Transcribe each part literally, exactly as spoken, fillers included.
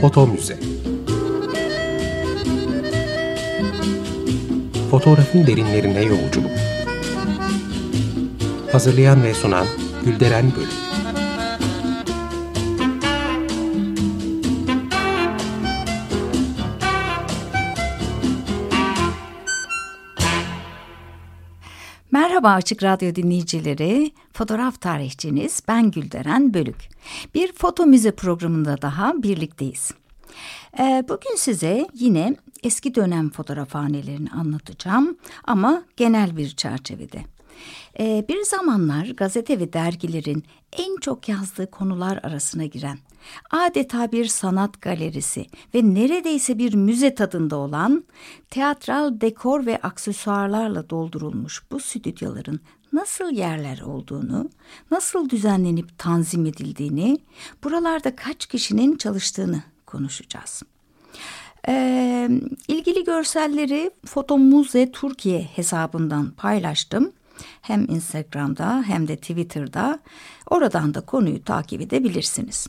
Foto Müze. Fotoğrafın derinlerine yolculuk. Hazırlayan ve sunan Gülderen Bölük. Merhaba Açık Radyo dinleyicileri, fotoğraf tarihçiniz ben Gülderen Bölük. Bir foto müze programında daha birlikteyiz. Ee, bugün size yine eski dönem fotoğrafhanelerini anlatacağım ama genel bir çerçevede. Ee, bir zamanlar gazete ve dergilerin en çok yazdığı konular arasına giren, adeta bir sanat galerisi ve neredeyse bir müze tadında olan teatral dekor ve aksesuarlarla doldurulmuş bu stüdyoların nasıl yerler olduğunu, nasıl düzenlenip tanzim edildiğini, buralarda kaç kişinin çalıştığını konuşacağız. Ee, ilgili görselleri Foto Müze Türkiye hesabından paylaştım. Hem Instagram'da hem de Twitter'da. Oradan da konuyu takip edebilirsiniz.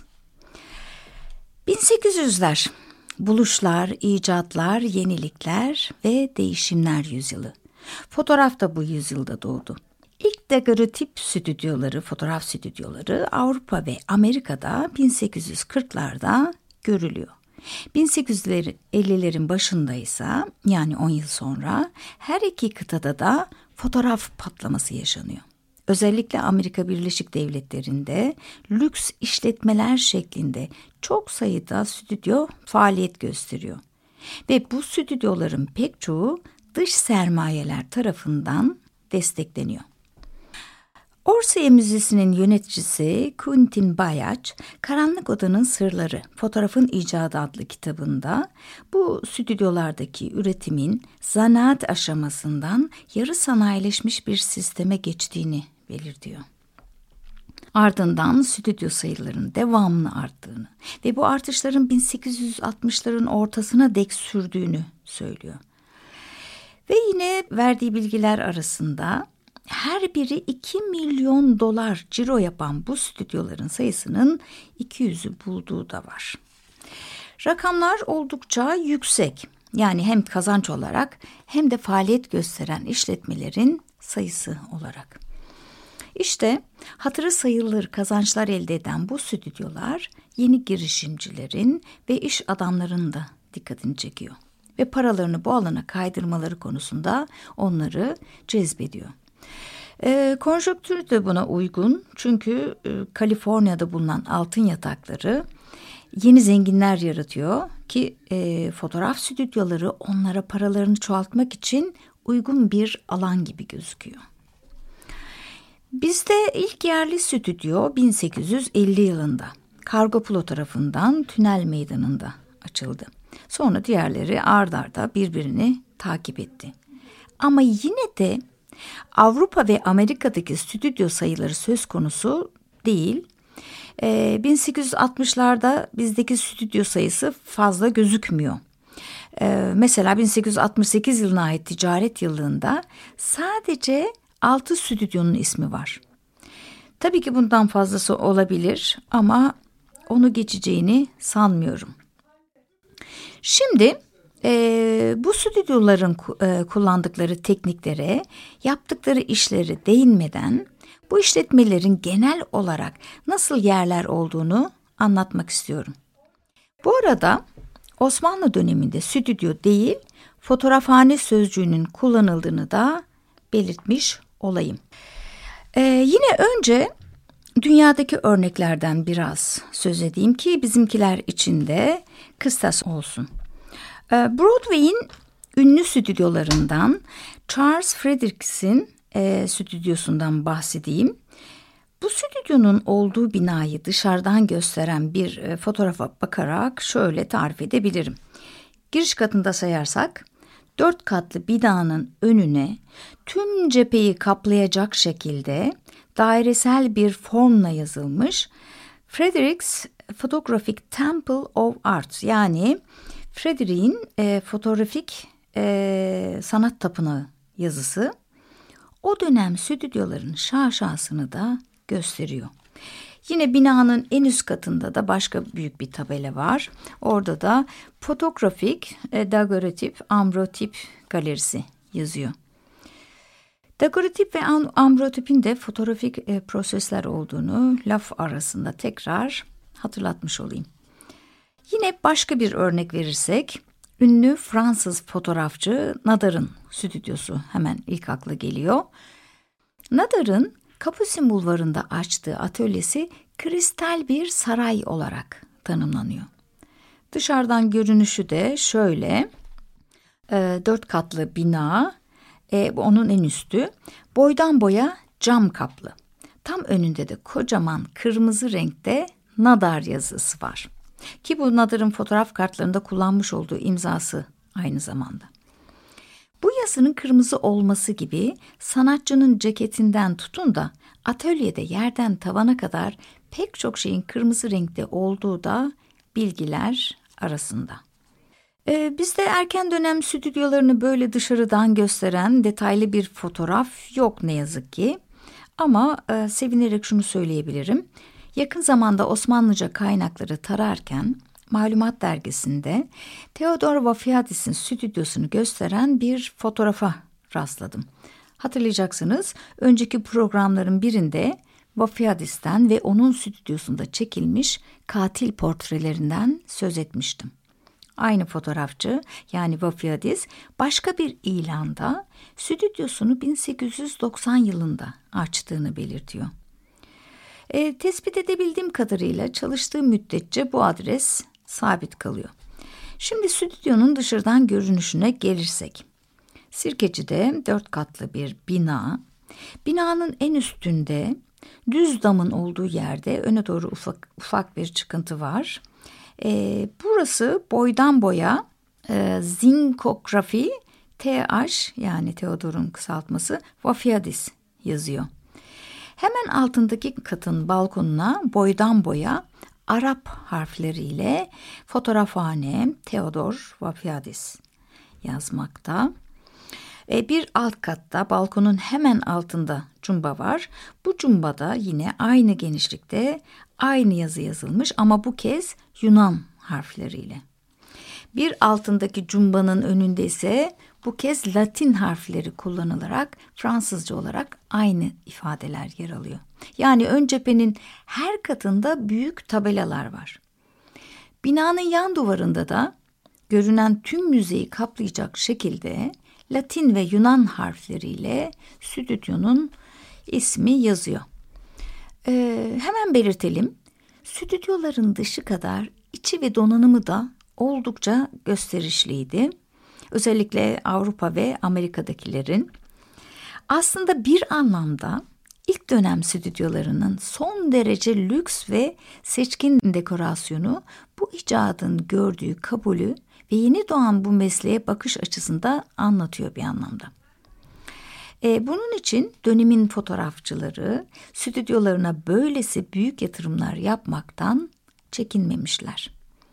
bin sekiz yüzler, buluşlar, icatlar, yenilikler ve değişimler yüzyılı. Fotoğraf da bu yüzyılda doğdu. İlk daguerreotip stüdyoları, fotoğraf stüdyoları Avrupa ve Amerika'da bin sekiz yüz kırklarda görülüyor. bin sekiz yüz ellilerin başındaysa, yani on yıl sonra, her iki kıtada da fotoğraf patlaması yaşanıyor. Özellikle Amerika Birleşik Devletleri'nde lüks işletmeler şeklinde çok sayıda stüdyo faaliyet gösteriyor. Ve bu stüdyoların pek çoğu dış sermayeler tarafından destekleniyor. Orsay Müzesi'nin yöneticisi Quentin Bayaç, Karanlık Odanın Sırları, Fotoğrafın İcadı adlı kitabında bu stüdyolardaki üretimin zanaat aşamasından yarı sanayileşmiş bir sisteme geçtiğini belirtiyor. Ardından stüdyo sayılarının devamlı arttığını ve bu artışların bin sekiz yüz altmışların ortasına dek sürdüğünü söylüyor. Ve yine verdiği bilgiler arasında her biri iki milyon dolar ciro yapan bu stüdyoların sayısının iki yüzü bulduğu da var. Rakamlar oldukça yüksek. Yani hem kazanç olarak hem de faaliyet gösteren işletmelerin sayısı olarak. İşte hatırı sayılır kazançlar elde eden bu stüdyolar yeni girişimcilerin ve iş adamlarının da dikkatini çekiyor. Ve paralarını bu alana kaydırmaları konusunda onları cezbediyor. E, konjonktür de buna uygun çünkü e, Kaliforniya'da bulunan altın yatakları yeni zenginler yaratıyor ki e, fotoğraf stüdyoları onlara paralarını çoğaltmak için uygun bir alan gibi gözüküyor. Bizde ilk yerli stüdyo bin sekiz yüz elli yılında Kargopulo tarafından Tünel Meydanı'nda açıldı. Sonra diğerleri ard arda birbirini takip etti. Ama yine de Avrupa ve Amerika'daki stüdyo sayıları söz konusu değil. Ee, bin sekiz yüz altmışlarda bizdeki stüdyo sayısı fazla gözükmüyor. Ee, mesela bin sekiz yüz altmış sekiz yılına ait ticaret yıllığında sadece altı stüdyonun ismi var. Tabii ki bundan fazlası olabilir ama onu geçeceğini sanmıyorum. Şimdi e, bu stüdyoların e, kullandıkları tekniklere, yaptıkları işleri değinmeden bu işletmelerin genel olarak nasıl yerler olduğunu anlatmak istiyorum. Bu arada Osmanlı döneminde stüdyo değil, fotoğrafhane sözcüğünün kullanıldığını da belirtmiş olayım. E, yine önce dünyadaki örneklerden biraz söz edeyim ki bizimkiler için de kıstas olsun. Broadway'in ünlü stüdyolarından Charles Fredericks'in e, stüdyosundan bahsedeyim. Bu stüdyonun olduğu binayı dışarıdan gösteren bir e, fotoğrafa bakarak şöyle tarif edebilirim. Giriş katında sayarsak dört katlı binanın önüne tüm cepheyi kaplayacak şekilde dairesel bir formla yazılmış Fredericks Photographic Temple of Art, yani Frederick'in e, fotoğrafik e, sanat tapınağı yazısı o dönem stüdyoların şaşasını da gösteriyor. Yine binanın en üst katında da başka büyük bir tabela var. Orada da Fotografik e, Daguerreotip Ambrotip Galerisi yazıyor. Daguerreotip ve ambrotipin de fotoğrafik e, prosesler olduğunu laf arasında tekrar hatırlatmış olayım. Yine başka bir örnek verirsek, ünlü Fransız fotoğrafçı Nadar'ın stüdyosu hemen ilk akla geliyor. Nadar'ın Capucine Bulvarı'nda açtığı atölyesi kristal bir saray olarak tanımlanıyor. Dışarıdan görünüşü de şöyle, e, dört katlı bina, e, onun en üstü, boydan boya cam kaplı. Tam önünde de kocaman kırmızı renkte Nadar yazısı var. Ki bu Nadar'ın fotoğraf kartlarında kullanmış olduğu imzası aynı zamanda. Bu yazının kırmızı olması gibi sanatçının ceketinden tutun da atölyede yerden tavana kadar pek çok şeyin kırmızı renkte olduğu da bilgiler arasında. Ee, bizde erken dönem stüdyolarını böyle dışarıdan gösteren detaylı bir fotoğraf yok ne yazık ki. Ama e, sevinerek şunu söyleyebilirim. Yakın zamanda Osmanlıca kaynakları tararken Malumat dergisinde Theodor Vafiadis'in stüdyosunu gösteren bir fotoğrafa rastladım. Hatırlayacaksınız, önceki programların birinde Vafiadis'ten ve onun stüdyosunda çekilmiş katil portrelerinden söz etmiştim. Aynı fotoğrafçı yani Vafiadis başka bir ilanda stüdyosunu bin sekiz yüz doksan yılında açtığını belirtiyor. E, tespit edebildiğim kadarıyla çalıştığı müddetçe bu adres sabit kalıyor. Şimdi stüdyonun dışarıdan görünüşüne gelirsek. Sirkeci'de dört katlı bir bina. Binanın en üstünde düz damın olduğu yerde öne doğru ufak, ufak bir çıkıntı var. E, burası boydan boya e, zinkografi T H yani Theodor'un kısaltması Vafiadis yazıyor. Hemen altındaki katın balkonuna boydan boya Arap harfleriyle fotoğrafhane Theodor Vafiadis yazmakta. E, bir alt katta balkonun hemen altında cumba var. Bu cumbada yine aynı genişlikte aynı yazı yazılmış ama bu kez Yunan harfleriyle. Bir altındaki cumbanın önünde ise bu kez Latin harfleri kullanılarak Fransızca olarak aynı ifadeler yer alıyor. Yani ön cephenin her katında büyük tabelalar var. Binanın yan duvarında da görünen tüm yüzeyi kaplayacak şekilde Latin ve Yunan harfleriyle stüdyonun ismi yazıyor. Ee, hemen belirtelim, stüdyoların dışı kadar içi ve donanımı da oldukça gösterişliydi. Özellikle Avrupa ve Amerika'dakilerin. Aslında bir anlamda ilk dönem stüdyolarının son derece lüks ve seçkin dekorasyonu bu icadın gördüğü kabulü ve yeni doğan bu mesleğe bakış açısında anlatıyor bir anlamda. E, bunun için dönemin fotoğrafçıları stüdyolarına böylesi büyük yatırımlar yapmaktan çekinmemişler.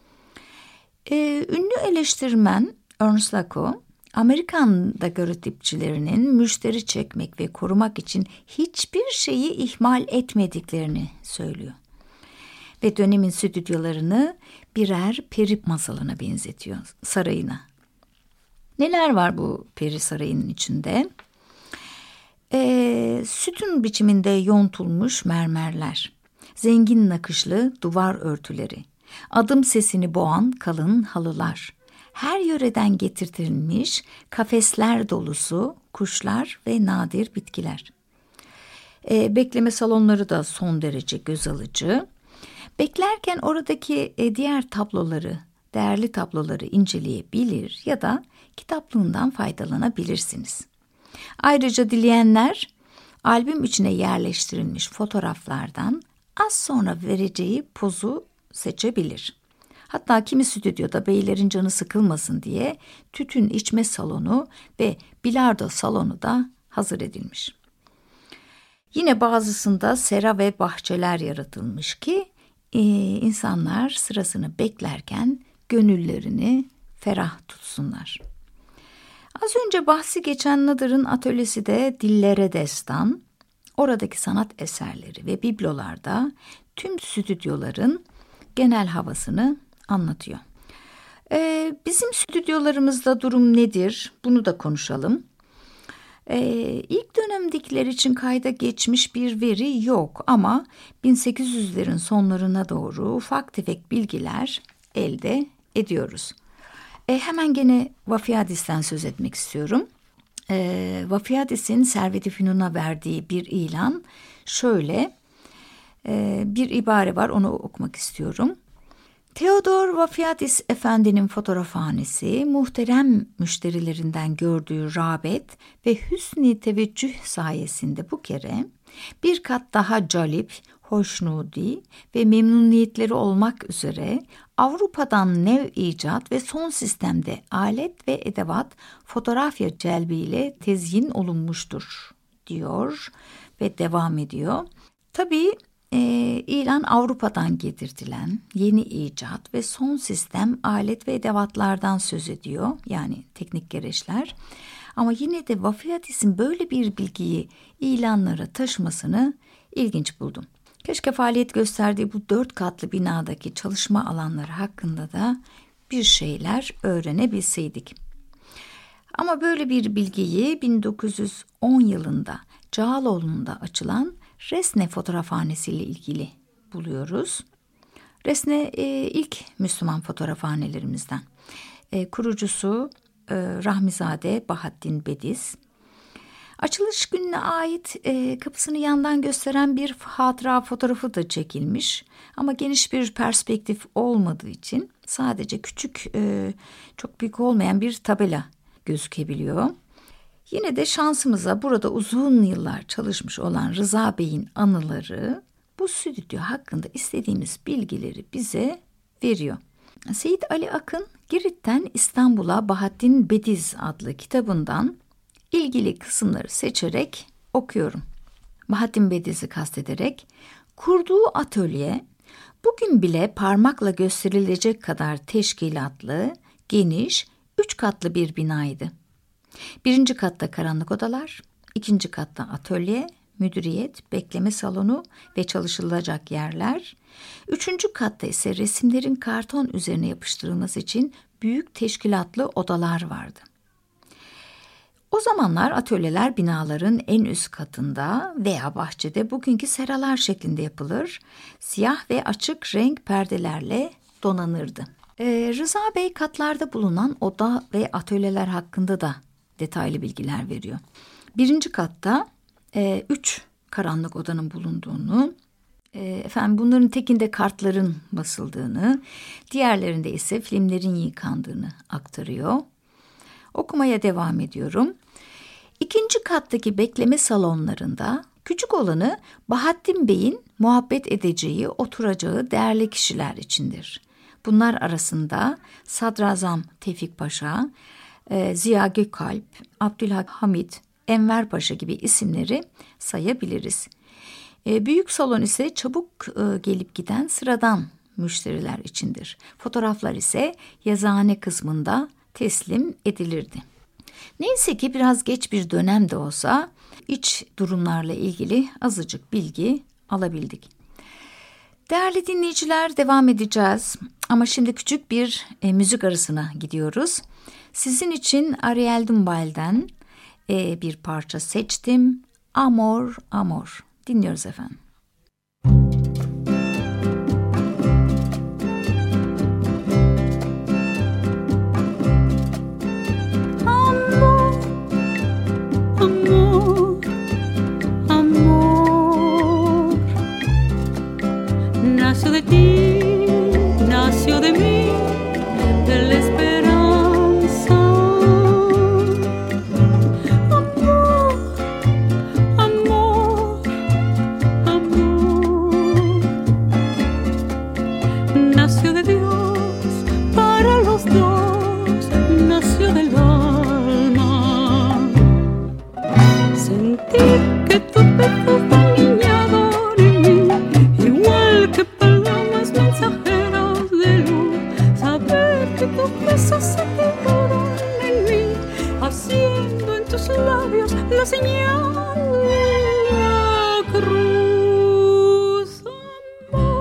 E, ünlü eleştirmen Ernst Laco, Amerikan daguerreotipçilerinin müşteri çekmek ve korumak için hiçbir şeyi ihmal etmediklerini söylüyor. Ve dönemin stüdyolarını birer peri masalına benzetiyor, sarayına. Neler var bu peri sarayının içinde? E, sütun biçiminde yontulmuş mermerler, zengin nakışlı duvar örtüleri, adım sesini boğan kalın halılar, her yöreden getirtilmiş kafesler dolusu kuşlar ve nadir bitkiler. E, bekleme salonları da son derece göz alıcı. Beklerken oradaki e, diğer tabloları, değerli tabloları inceleyebilir ya da kitaplığından faydalanabilirsiniz. Ayrıca dileyenler albüm içine yerleştirilmiş fotoğraflardan az sonra vereceği pozu seçebilir. Hatta kimi stüdyoda beylerin canı sıkılmasın diye tütün içme salonu ve bilardo salonu da hazır edilmiş. Yine bazısında sera ve bahçeler yaratılmış ki e, insanlar sırasını beklerken gönüllerini ferah tutsunlar. Az önce bahsi geçen Nadar'ın atölyesi de dillere destan. Oradaki sanat eserleri ve biblolarda tüm stüdyoların genel havasını anlatıyor. Ee, bizim stüdyolarımızda durum nedir? Bunu da konuşalım. Ee, ilk dönemdekiler için kayda geçmiş bir veri yok ama bin sekiz yüzlerin sonlarına doğru ufak tefek bilgiler elde ediyoruz. Ee, hemen gene Vafiyadis'ten söz etmek istiyorum. Ee, Vafiyadis'in Servet-i Fünun'a verdiği bir ilan şöyle e, bir ibare var, onu okumak istiyorum. Theodor Vafiyadis Efendi'nin fotoğrafhanesi muhterem müşterilerinden gördüğü rağbet ve hüsn-i teveccüh sayesinde bu kere bir kat daha calip, hoşnudi ve memnuniyetleri olmak üzere Avrupa'dan nev icat ve son sistemde alet ve edevat fotoğrafya celbiyle tezyin olunmuştur diyor ve devam ediyor. Tabii e, ilan Avrupa'dan getirtilen yeni icat ve son sistem alet ve edevatlardan söz ediyor, yani teknik gereçler. Ama yine de Vafiyadis'in böyle bir bilgiyi ilanlara taşımasını ilginç buldum. Keşke faaliyet gösterdiği bu dört katlı binadaki çalışma alanları hakkında da bir şeyler öğrenebilseydik. Ama böyle bir bilgiyi bin dokuz yüz on yılında Cağaloğlu'nda açılan Resne fotoğrafhanesi ile ilgili buluyoruz. Resne e, ilk Müslüman fotoğrafhanelerimizden. E, kurucusu e, Rahmizade Bahattin Bediz. Açılış gününe ait e, kapısını yandan gösteren bir hatıra fotoğrafı da çekilmiş. Ama geniş bir perspektif olmadığı için sadece küçük, e, çok büyük olmayan bir tabela gözükebiliyor. Yine de şansımıza burada uzun yıllar çalışmış olan Rıza Bey'in anıları bu stüdyo hakkında istediğimiz bilgileri bize veriyor. Seyit Ali Akın, Girit'ten İstanbul'a Bahattin Bediz adlı kitabından ilgili kısımları seçerek okuyorum. Bahattin Bediz'i kastederek, kurduğu atölye bugün bile parmakla gösterilecek kadar teşkilatlı, geniş, üç katlı bir binaydı. Birinci katta karanlık odalar, ikinci katta atölye, müdüriyet, bekleme salonu ve çalışılacak yerler. Üçüncü katta ise resimlerin karton üzerine yapıştırılması için büyük teşkilatlı odalar vardı. O zamanlar atölyeler binaların en üst katında veya bahçede bugünkü seralar şeklinde yapılır, siyah ve açık renk perdelerle donanırdı. Ee, Rıza Bey katlarda bulunan oda ve atölyeler hakkında da detaylı bilgiler veriyor. Birinci katta e, üç karanlık odanın bulunduğunu, e, efendim bunların tekinde kartların basıldığını, diğerlerinde ise filmlerin yıkandığını aktarıyor. Okumaya devam ediyorum. İkinci kattaki bekleme salonlarında küçük olanı Bahattin Bey'in muhabbet edeceği, oturacağı değerli kişiler içindir. Bunlar arasında Sadrazam Tevfik Paşa, e, Ziya Gökalp, Abdülhamit, Enver Paşa gibi isimleri sayabiliriz. E, büyük salon ise çabuk e, gelip giden sıradan müşteriler içindir. Fotoğraflar ise yazıhane kısmında teslim edilirdi. Neyse ki biraz geç bir dönemde olsa iç durumlarla ilgili azıcık bilgi alabildik. Değerli dinleyiciler, devam edeceğiz ama şimdi küçük bir e, müzik arasına gidiyoruz. Sizin için Ariel Dumbal'den e, bir parça seçtim. Amor, Amor. Dinliyoruz efendim. Nació de ti, nació de mí, de la esperanza. Amor, amor, amor. Nació de Dios para los dos, nació del alma. Sentir que tu pecho fue niñador en mí, igual que palomas mensajeras de luz, saber que tus besos se quedaron en mí, haciendo en tus labios la señal de la cruz. Amor.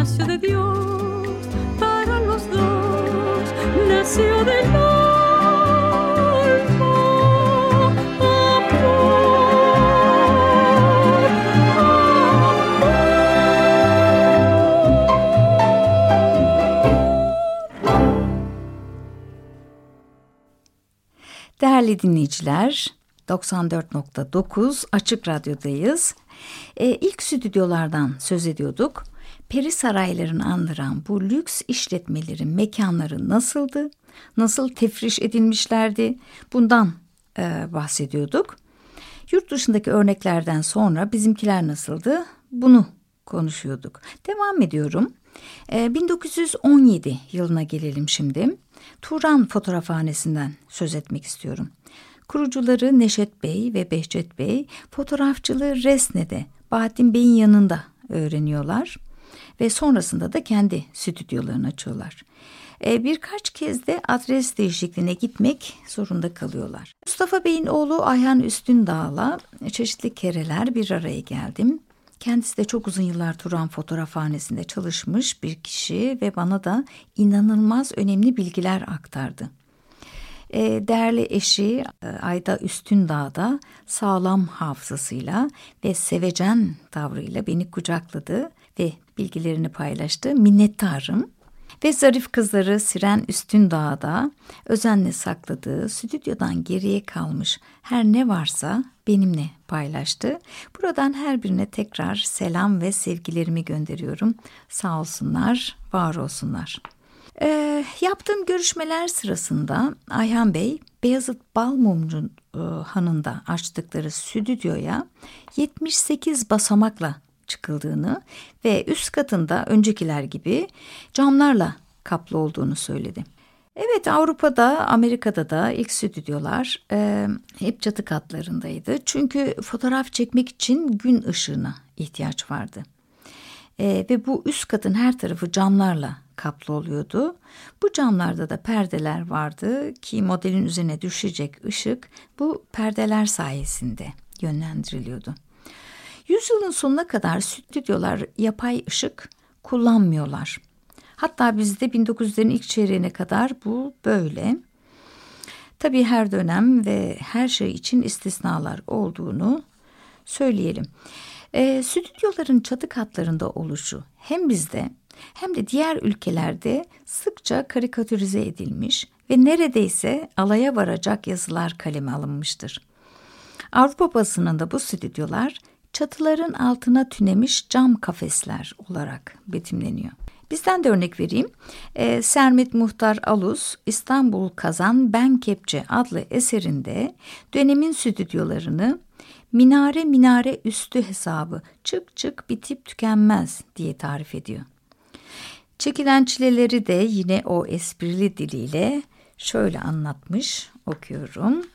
nació de Dios para los dos, nació del alma. Değerli dinleyiciler, doksan dört nokta dokuz Açık Radyo'dayız. Ee, ilk stüdyolardan söz ediyorduk. Peri saraylarını andıran bu lüks işletmelerin mekanları nasıldı? Nasıl tefriş edilmişlerdi? Bundan e, bahsediyorduk. Yurt dışındaki örneklerden sonra bizimkiler nasıldı? Bunu konuşuyorduk. Devam ediyorum. E, bin dokuz yüz on yedi yılına gelelim şimdi. Turan Fotoğrafhanesi'nden söz etmek istiyorum. Kurucuları Neşet Bey ve Behçet Bey fotoğrafçılığı Resne'de Bahattin Bey'in yanında öğreniyorlar ve sonrasında da kendi stüdyolarını açıyorlar. Ee, birkaç kez de adres değişikliğine gitmek zorunda kalıyorlar. Mustafa Bey'in oğlu Ayhan Üstündağ'la çeşitli kereler bir araya geldim. Kendisi de çok uzun yıllar Turan Fotoğrafhanesi'nde çalışmış bir kişi ve bana da inanılmaz önemli bilgiler aktardı. Ee, değerli eşi Ayda Üstündağ da sağlam hafızasıyla ve sevecen tavrıyla beni kucakladı ve bilgilerini paylaştı. Minnettarım. Ve zarif kızları Siren Üstündağ da özenle sakladığı stüdyodan geriye kalmış her ne varsa benimle paylaştı. Buradan her birine tekrar selam ve sevgilerimi gönderiyorum. Sağ olsunlar, var olsunlar. Ee, yaptığım görüşmeler sırasında Ayhan Bey, Beyazıt Balmumcu e, Hanı'nda açtıkları stüdyoya yetmiş sekiz basamakla çıkıldığını ve üst katında öncekiler gibi camlarla kaplı olduğunu söyledi. Evet, Avrupa'da, Amerika'da da ilk stüdyolar e, hep çatı katlarındaydı. Çünkü fotoğraf çekmek için gün ışığına ihtiyaç vardı. E, ve bu üst katın her tarafı camlarla kaplı oluyordu. Bu camlarda da perdeler vardı ki modelin üzerine düşecek ışık bu perdeler sayesinde yönlendiriliyordu. Yüzyılın sonuna kadar stüdyolar yapay ışık kullanmıyorlar. Hatta bizde bin dokuz yüzlerin ilk çeyreğine kadar bu böyle. Tabii her dönem ve her şey için istisnalar olduğunu söyleyelim. E, stüdyoların çatı katlarında oluşu hem bizde hem de diğer ülkelerde sıkça karikatürize edilmiş ve neredeyse alaya varacak yazılar kaleme alınmıştır. Avrupa basınında bu stüdyolar çatıların altına tünemiş cam kafesler olarak betimleniyor. Bizden de örnek vereyim. E, Sermet Muhtar Alus, İstanbul Kazan Ben Kepçe adlı eserinde dönemin stüdyolarını minare minare üstü hesabı çık çık bitip tükenmez diye tarif ediyor. Çekilen çileleri de yine o esprili diliyle şöyle anlatmış, okuyorum.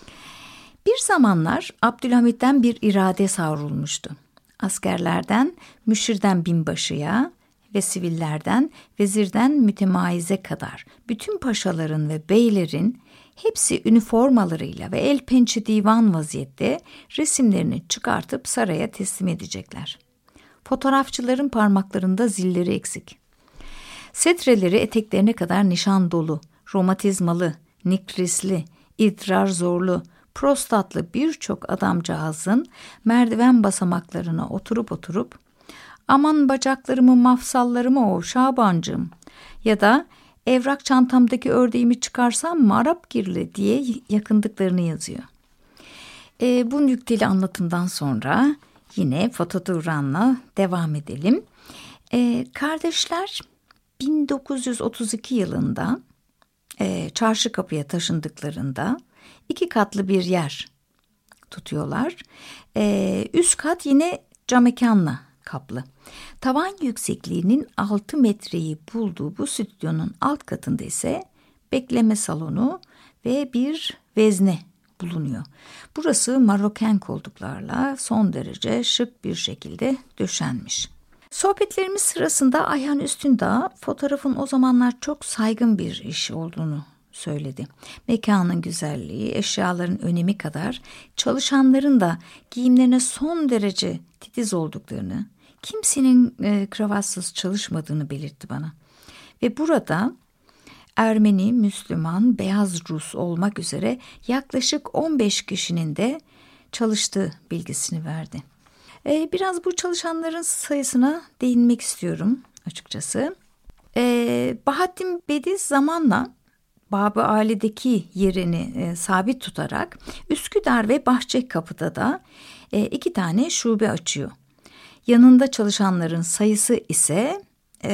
Bir zamanlar Abdülhamit'ten bir irade savrulmuştu. Askerlerden müşirden binbaşıya ve sivillerden vezirden mütemaize kadar bütün paşaların ve beylerin hepsi üniformalarıyla ve el pençe divan vaziyette resimlerini çıkartıp saraya teslim edecekler. Fotoğrafçıların parmaklarında zilleri eksik. Setreleri eteklerine kadar nişan dolu, romatizmalı, nikrisli, idrar zorlu, prostatlı birçok adamcağızın merdiven basamaklarına oturup oturup aman bacaklarımı mafsallarımı o Şabancığım ya da evrak çantamdaki ördeğimi çıkarsam mı Arap girli diye yakındıklarını yazıyor. E, bu nükteli anlatımdan sonra yine fototuranla devam edelim. E, kardeşler bin dokuz yüz otuz iki yılında e, Çarşıkapı'ya taşındıklarında iki katlı bir yer tutuyorlar. E, üst kat yine camekanla kaplı. Tavan yüksekliğinin altı metreyi bulduğu bu stüdyonun alt katında ise bekleme salonu ve bir vezne bulunuyor. Burası Maroken koltuklarla son derece şık bir şekilde döşenmiş. Sohbetlerimiz sırasında Ayhan Üstündağ fotoğrafın o zamanlar çok saygın bir iş olduğunu söyledi. Mekanın güzelliği, eşyaların önemi kadar çalışanların da giyimlerine son derece titiz olduklarını, kimsenin e, kravatsız çalışmadığını belirtti bana. Ve burada Ermeni, Müslüman, Beyaz Rus olmak üzere yaklaşık on beş kişinin de çalıştığı bilgisini verdi. E, biraz bu çalışanların sayısına değinmek istiyorum açıkçası. E, Bahattin Bediz zamanla Babı Ali'deki yerini e, sabit tutarak Üsküdar ve Bahçekapı'da da e, iki tane şube açıyor. Yanında çalışanların sayısı ise e,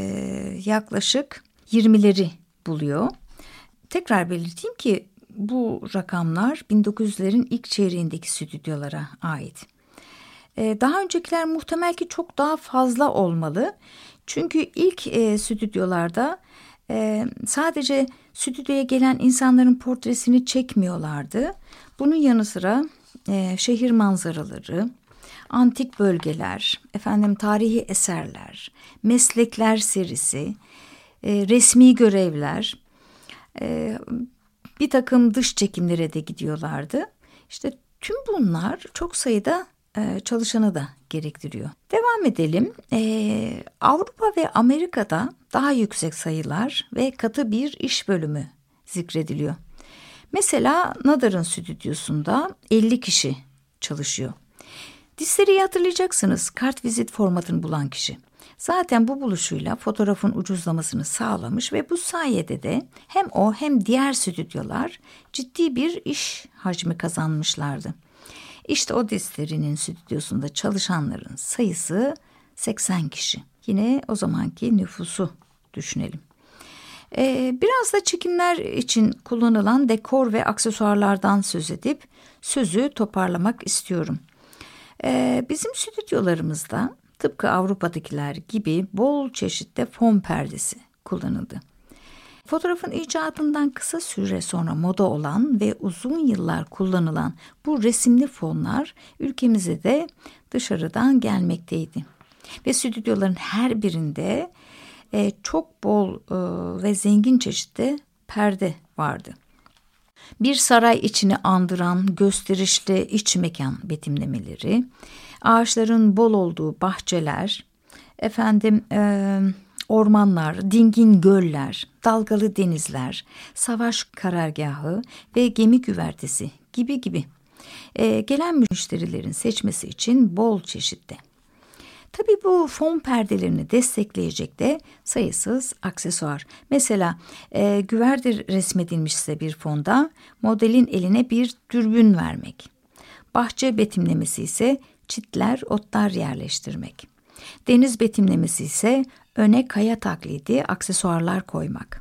yaklaşık yirmileri buluyor. Tekrar belirteyim ki bu rakamlar bin dokuz yüzlerin ilk çeyreğindeki stüdyolara ait. E, daha öncekiler muhtemel ki çok daha fazla olmalı. Çünkü ilk e, stüdyolarda e, sadece stüdyoya gelen insanların portresini çekmiyorlardı. Bunun yanı sıra e, şehir manzaraları, antik bölgeler, efendim tarihi eserler, meslekler serisi, e, resmi görevler, e, bir takım dış çekimlere de gidiyorlardı. İşte tüm bunlar çok sayıda e, çalışanı da gerektiriyor. Devam edelim. E, Avrupa ve Amerika'da daha yüksek sayılar ve katı bir iş bölümü zikrediliyor. Mesela Nadar'ın stüdyosunda elli kişi çalışıyor. Disteri'yi hatırlayacaksınız, kartvizit formatını bulan kişi. Zaten bu buluşuyla fotoğrafın ucuzlamasını sağlamış ve bu sayede de hem o hem diğer stüdyolar ciddi bir iş hacmi kazanmışlardı. İşte o Disteri'nin stüdyosunda çalışanların sayısı seksen kişi. Yine o zamanki nüfusu düşünelim. Ee, biraz da çekimler için kullanılan dekor ve aksesuarlardan söz edip sözü toparlamak istiyorum. Ee, bizim stüdyolarımızda tıpkı Avrupa'dakiler gibi bol çeşitli fon perdesi kullanıldı. Fotoğrafın icadından kısa süre sonra moda olan ve uzun yıllar kullanılan bu resimli fonlar ülkemize de dışarıdan gelmekteydi. Ve stüdyoların her birinde e, çok bol e, ve zengin çeşitli perde vardı. Bir saray içini andıran gösterişli iç mekan betimlemeleri, ağaçların bol olduğu bahçeler, efendim e, ormanlar, dingin göller, dalgalı denizler, savaş karargahı ve gemi güvertesi gibi gibi e, gelen müşterilerin seçmesi için bol çeşitli. Tabii bu fon perdelerini destekleyecek de sayısız aksesuar. Mesela e, güverdir resmedilmişse bir fonda modelin eline bir dürbün vermek. Bahçe betimlemesi ise çitler, otlar yerleştirmek. Deniz betimlemesi ise öne kaya taklidi aksesuarlar koymak.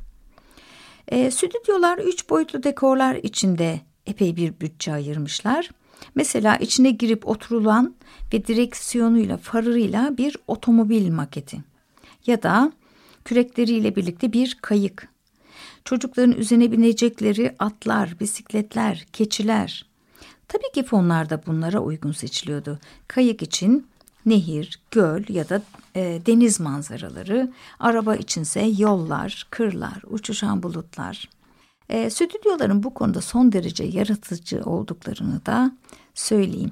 E, stüdyolar üç boyutlu dekorlar içinde epey bir bütçe ayırmışlar. Mesela içine girip oturulan ve direksiyonuyla, farıyla bir otomobil maketi ya da kürekleriyle birlikte bir kayık. Çocukların üzerine binecekleri atlar, bisikletler, keçiler. Tabii ki fonlar da bunlara uygun seçiliyordu. Kayık için nehir, göl ya da e, deniz manzaraları, araba içinse yollar, kırlar, uçuşan bulutlar. E, stüdyoların bu konuda son derece yaratıcı olduklarını da söyleyeyim.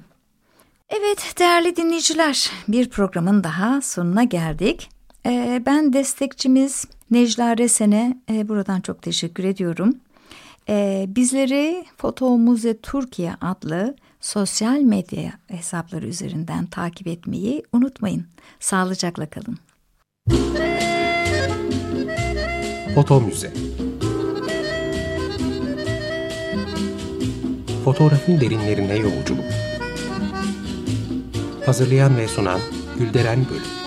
Evet değerli dinleyiciler, bir programın daha sonuna geldik. E, ben destekçimiz Necla Resen'e e, buradan çok teşekkür ediyorum. E, bizleri Foto Müze Türkiye adlı sosyal medya hesapları üzerinden takip etmeyi unutmayın. Sağlıcakla kalın. Foto Müze. Fotoğrafın derinlerine yolculuk. Hazırlayan ve sunan Gülderen Bölük.